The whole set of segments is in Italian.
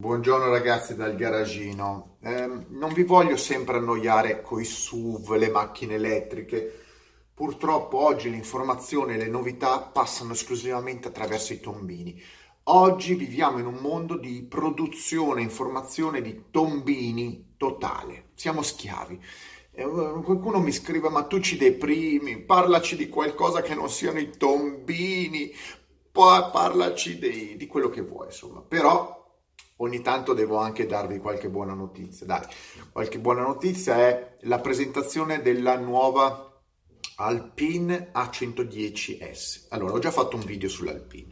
Buongiorno ragazzi dal garagino. Non vi voglio sempre annoiare coi SUV, le macchine elettriche. Purtroppo oggi l'informazione e le novità passano esclusivamente attraverso i tombini. Oggi viviamo in un mondo di produzione e informazione di tombini totale. Siamo schiavi. Qualcuno mi scrive: ma tu ci deprimi, parlaci di qualcosa che non siano i tombini, poi parlaci di quello che vuoi, insomma. Però ogni tanto devo anche darvi qualche buona notizia. Dai, qualche buona notizia è la presentazione della nuova Alpine A110S. Allora, ho già fatto un video sull'Alpine.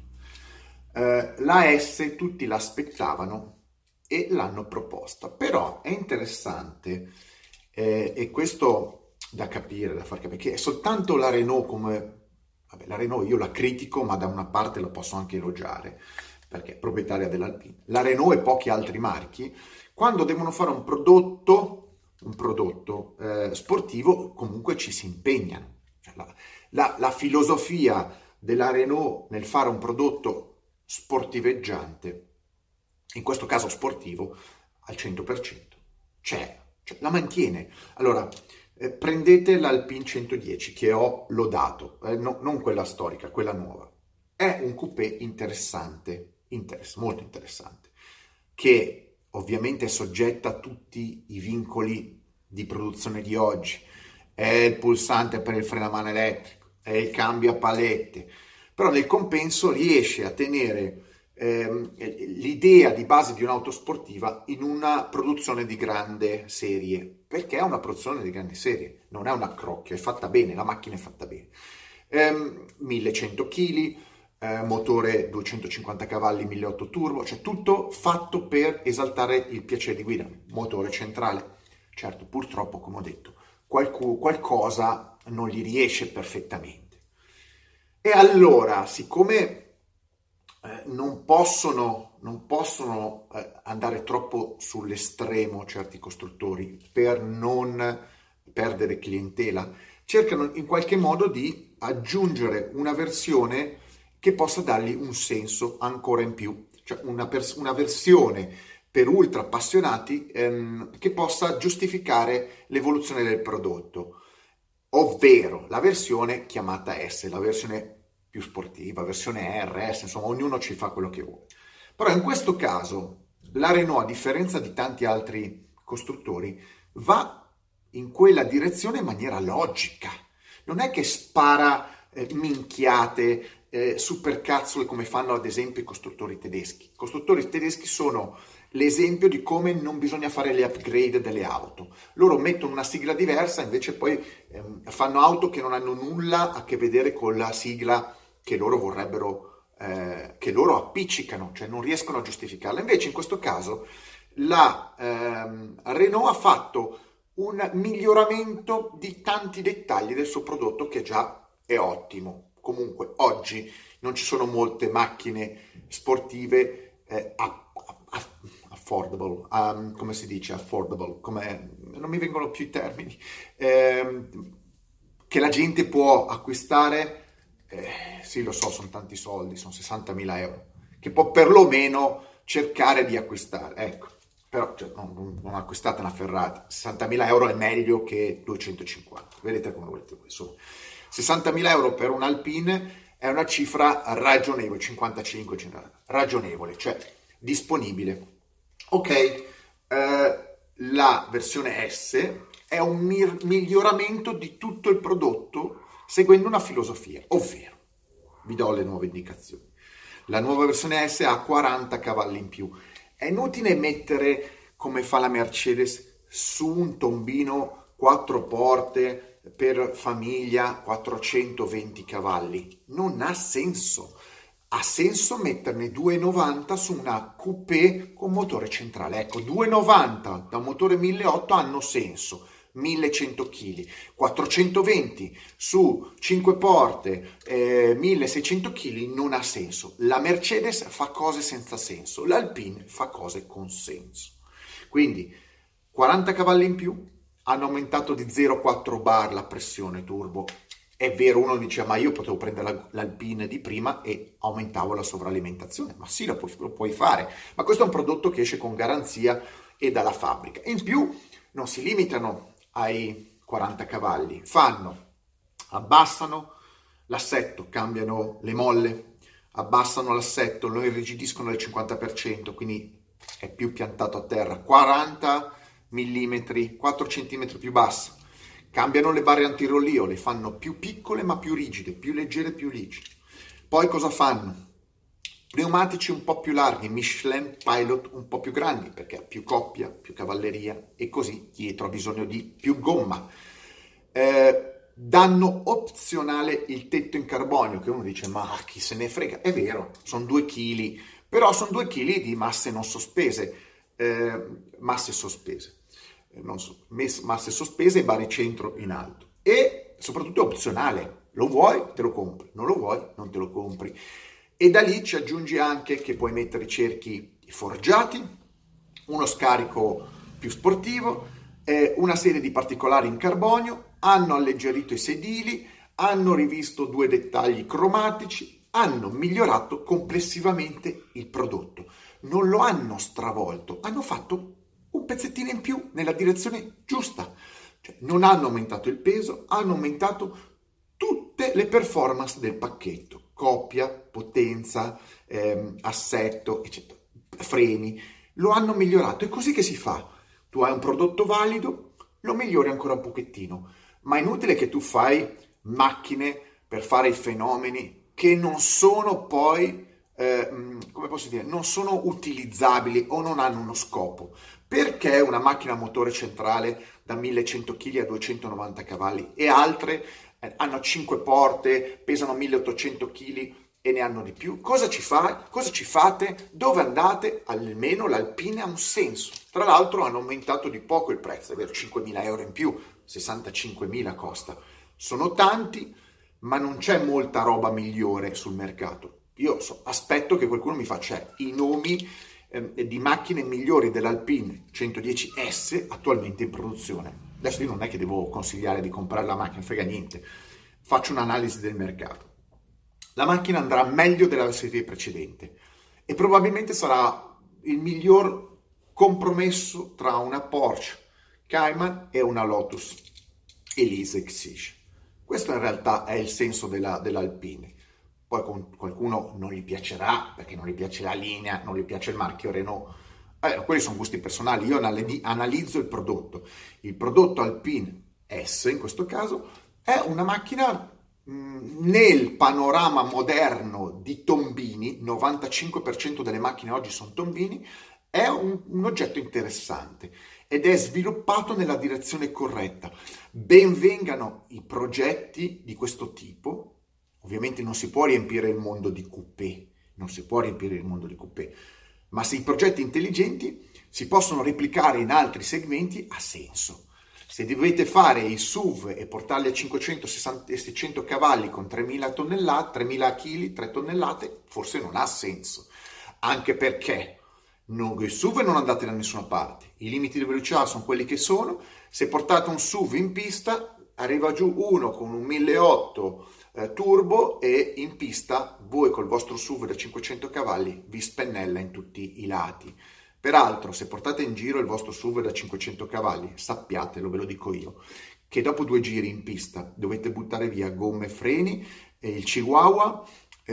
La S tutti l'aspettavano e l'hanno proposta, però è interessante, e questo da capire, da far capire, che è soltanto la Renault come... Vabbè, la Renault io la critico, ma da una parte la posso anche elogiare, perché è proprietaria dell'Alpine. La Renault e pochi altri marchi, quando devono fare un prodotto sportivo, comunque ci si impegnano. Cioè, la filosofia della Renault nel fare un prodotto sportiveggiante, in questo caso sportivo, al 100%, cioè la mantiene. Allora, prendete l'Alpine 110 che ho lodato, non quella storica, quella nuova. È un coupé interessante, molto interessante, che ovviamente è soggetta a tutti i vincoli di produzione di oggi. È il pulsante per il freno a mano elettrico, è il cambio a palette, però nel compenso riesce a tenere l'idea di base di un'auto sportiva in una produzione di grande serie, perché è una produzione di grande serie, non è un accrocchio, è fatta bene, la macchina è fatta bene. 1100 kg, motore 250 cavalli 1.800 turbo, cioè tutto fatto per esaltare il piacere di guida, motore centrale. Certo, purtroppo, come ho detto, qualcosa non gli riesce perfettamente. E allora, siccome non possono andare troppo sull'estremo certi costruttori per non perdere clientela, cercano in qualche modo di aggiungere una versione che possa dargli un senso ancora in più, cioè una versione per ultra appassionati che possa giustificare l'evoluzione del prodotto, ovvero la versione chiamata S, la versione più sportiva, versione RS, insomma ognuno ci fa quello che vuole. Però in questo caso la Renault, a differenza di tanti altri costruttori, va in quella direzione in maniera logica. Non è che spara minchiate, supercazzole come fanno ad esempio i costruttori tedeschi. I costruttori tedeschi sono l'esempio di come non bisogna fare le upgrade delle auto. Loro mettono una sigla diversa, invece poi fanno auto che non hanno nulla a che vedere con la sigla che loro vorrebbero, che loro appiccicano, cioè non riescono a giustificarla. Invece in questo caso la Renault ha fatto un miglioramento di tanti dettagli del suo prodotto che già è ottimo. Comunque oggi non ci sono molte macchine sportive affordable, come si dice affordable, non mi vengono più i termini, che la gente può acquistare. Sì, lo so, sono tanti soldi, sono 60.000 euro, che può perlomeno cercare di acquistare, ecco. Però cioè, non acquistate una Ferrari, 60.000 euro è meglio che 250, vedete come volete voi. Insomma, 60.000 euro per un Alpine è una cifra ragionevole, 55, ragionevole, cioè disponibile. Ok, la versione S è un miglioramento di tutto il prodotto seguendo una filosofia, ovvero, vi do le nuove indicazioni. La nuova versione S ha 40 cavalli in più. È inutile mettere, come fa la Mercedes, su un tombino 4 porte per famiglia 420 cavalli. Non ha senso. Ha senso metterne 290 su una coupé con motore centrale. Ecco, 290 da un motore 1.800 hanno senso. 1.100 kg, 420 su 5 porte, 1.600 kg non ha senso. La Mercedes fa cose senza senso, l'Alpine fa cose con senso. Quindi 40 cavalli in più, hanno aumentato di 0,4 bar la pressione turbo È vero, uno dice, ma io potevo prendere l'Alpine di prima e aumentavo la sovralimentazione. Ma sì, lo puoi fare. Ma questo è un prodotto che esce con garanzia e dalla fabbrica. In più non si limitano ai 40 cavalli, abbassano l'assetto, cambiano le molle, abbassano l'assetto, lo irrigidiscono del 50%, quindi è più piantato a terra, 40 mm, 4 cm più basso. Cambiano le barre antirollio, le fanno più piccole ma più rigide, più leggere, più rigide. Poi cosa fanno? Pneumatici un po' più larghi, Michelin Pilot un po' più grandi, perché ha più coppia, più cavalleria e così dietro ha bisogno di più gomma. Danno opzionale il tetto in carbonio, che uno dice, ma chi se ne frega? È vero, sono 2 kg, però sono 2 kg di masse non sospese, masse sospese e baricentro in alto. E soprattutto è opzionale, lo vuoi, te lo compri, non lo vuoi, non te lo compri. E da lì ci aggiungi anche che puoi mettere i cerchi forgiati, uno scarico più sportivo, una serie di particolari in carbonio, hanno alleggerito i sedili, hanno rivisto 2 dettagli cromatici, hanno migliorato complessivamente il prodotto. Non lo hanno stravolto, hanno fatto un pezzettino in più nella direzione giusta. Cioè, non hanno aumentato il peso, hanno aumentato tutte le performance del pacchetto. Coppia, potenza, assetto, eccetera, freni, lo hanno migliorato. È così che si fa. Tu hai un prodotto valido, lo migliori ancora un pochettino, ma è inutile che tu fai macchine per fare i fenomeni che non sono poi, come posso dire, non sono utilizzabili o non hanno uno scopo. Perché una macchina a motore centrale da 1100 kg a 290 cavalli e altre hanno 5 porte, pesano 1800 kg e ne hanno di più? Cosa ci fate? Dove andate? Almeno l'Alpine ha un senso. Tra l'altro hanno aumentato di poco il prezzo, è vero, 5.000 euro in più, 65.000 costa. Sono tanti, ma non c'è molta roba migliore sul mercato. Io aspetto che qualcuno mi faccia i nomi di macchine migliori dell'Alpine 110S attualmente in produzione. Adesso io non è che devo consigliare di comprare la macchina, frega niente, faccio un'analisi del mercato. La macchina andrà meglio della serie precedente e probabilmente sarà il miglior compromesso tra una Porsche Cayman e una Lotus Elise Exige. Questo in realtà è il senso dell'Alpine. Poi qualcuno non gli piacerà perché non gli piace la linea, non gli piace il marchio Renault. Quelli sono gusti personali. Io analizzo il prodotto. Il prodotto Alpine S, in questo caso, è una macchina nel panorama moderno di tombini, 95% delle macchine oggi sono tombini, è un oggetto interessante ed è sviluppato nella direzione corretta. Ben vengano i progetti di questo tipo. Ovviamente non si può riempire il mondo di coupé, ma se i progetti intelligenti si possono replicare in altri segmenti ha senso. Se dovete fare i SUV e portarli a 500, 600 cavalli con 3.000 kg, 3 tonnellate, forse non ha senso. Anche perché i SUV non andate da nessuna parte, i limiti di velocità sono quelli che sono. Se portate un SUV in pista, arriva giù uno con un 1.800 turbo e in pista voi col vostro SUV da 500 cavalli vi spennella in tutti i lati. Peraltro, se portate in giro il vostro SUV da 500 cavalli, sappiatelo, ve lo dico io, che dopo 2 giri in pista dovete buttare via gomme e freni, il Chihuahua,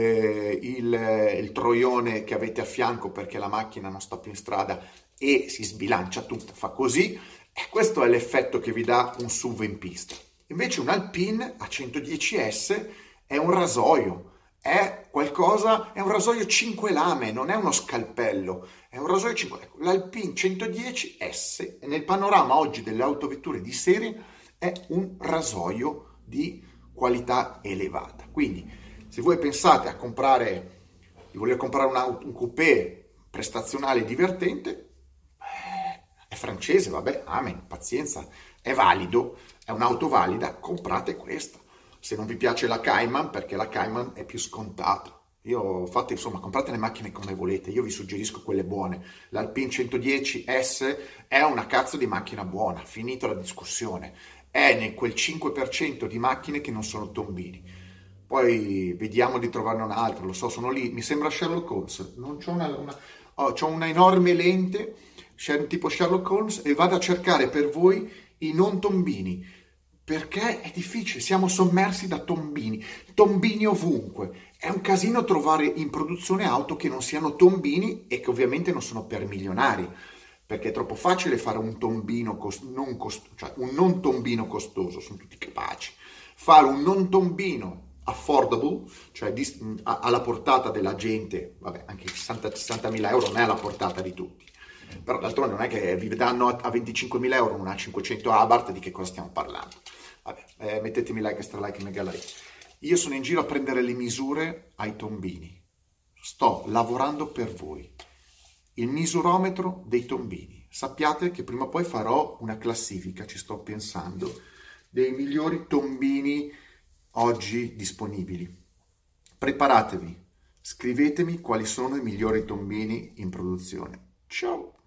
il troione che avete a fianco perché la macchina non sta più in strada e si sbilancia tutta, fa così, e questo è l'effetto che vi dà un SUV in pista. Invece un Alpine a 110S è un rasoio, è un rasoio 5 lame, non è uno scalpello, è un rasoio 5 lame. L'Alpine 110S nel panorama oggi delle autovetture di serie è un rasoio di qualità elevata. Quindi se voi pensate di voler comprare un coupé prestazionale divertente, è francese, vabbè, amen, pazienza, è valido, è un'auto valida, comprate questa. Se non vi piace la Cayman, perché la Cayman è più scontata. Comprate le macchine come volete, io vi suggerisco quelle buone. L'Alpine 110S è una cazzo di macchina buona, finita la discussione. è nel quel 5% di macchine che non sono tombini. Poi vediamo di trovarne un altro, lo so, sono lì, mi sembra Sherlock Holmes, non c'ho c'ho una enorme lente, tipo Sherlock Holmes, e vado a cercare per voi i non tombini, perché è difficile, siamo sommersi da tombini, tombini ovunque. È un casino trovare in produzione auto che non siano tombini e che ovviamente non sono per milionari, perché è troppo facile fare un tombino cioè un non tombino costoso, sono tutti capaci. Fare un non tombino affordable, cioè alla portata della gente, vabbè, anche 60 mila euro non è alla portata di tutti, però d'altronde non è che vi danno a 25 mila euro una 500 Abarth, di che cosa stiamo parlando? Vabbè, mettetemi like, extra like, mega like. Io sono in giro a prendere le misure ai tombini, sto lavorando per voi, il misurometro dei tombini. Sappiate che prima o poi farò una classifica, ci sto pensando, dei migliori tombini oggi disponibili. Preparatevi, scrivetemi quali sono i migliori tombini in produzione. Ciao!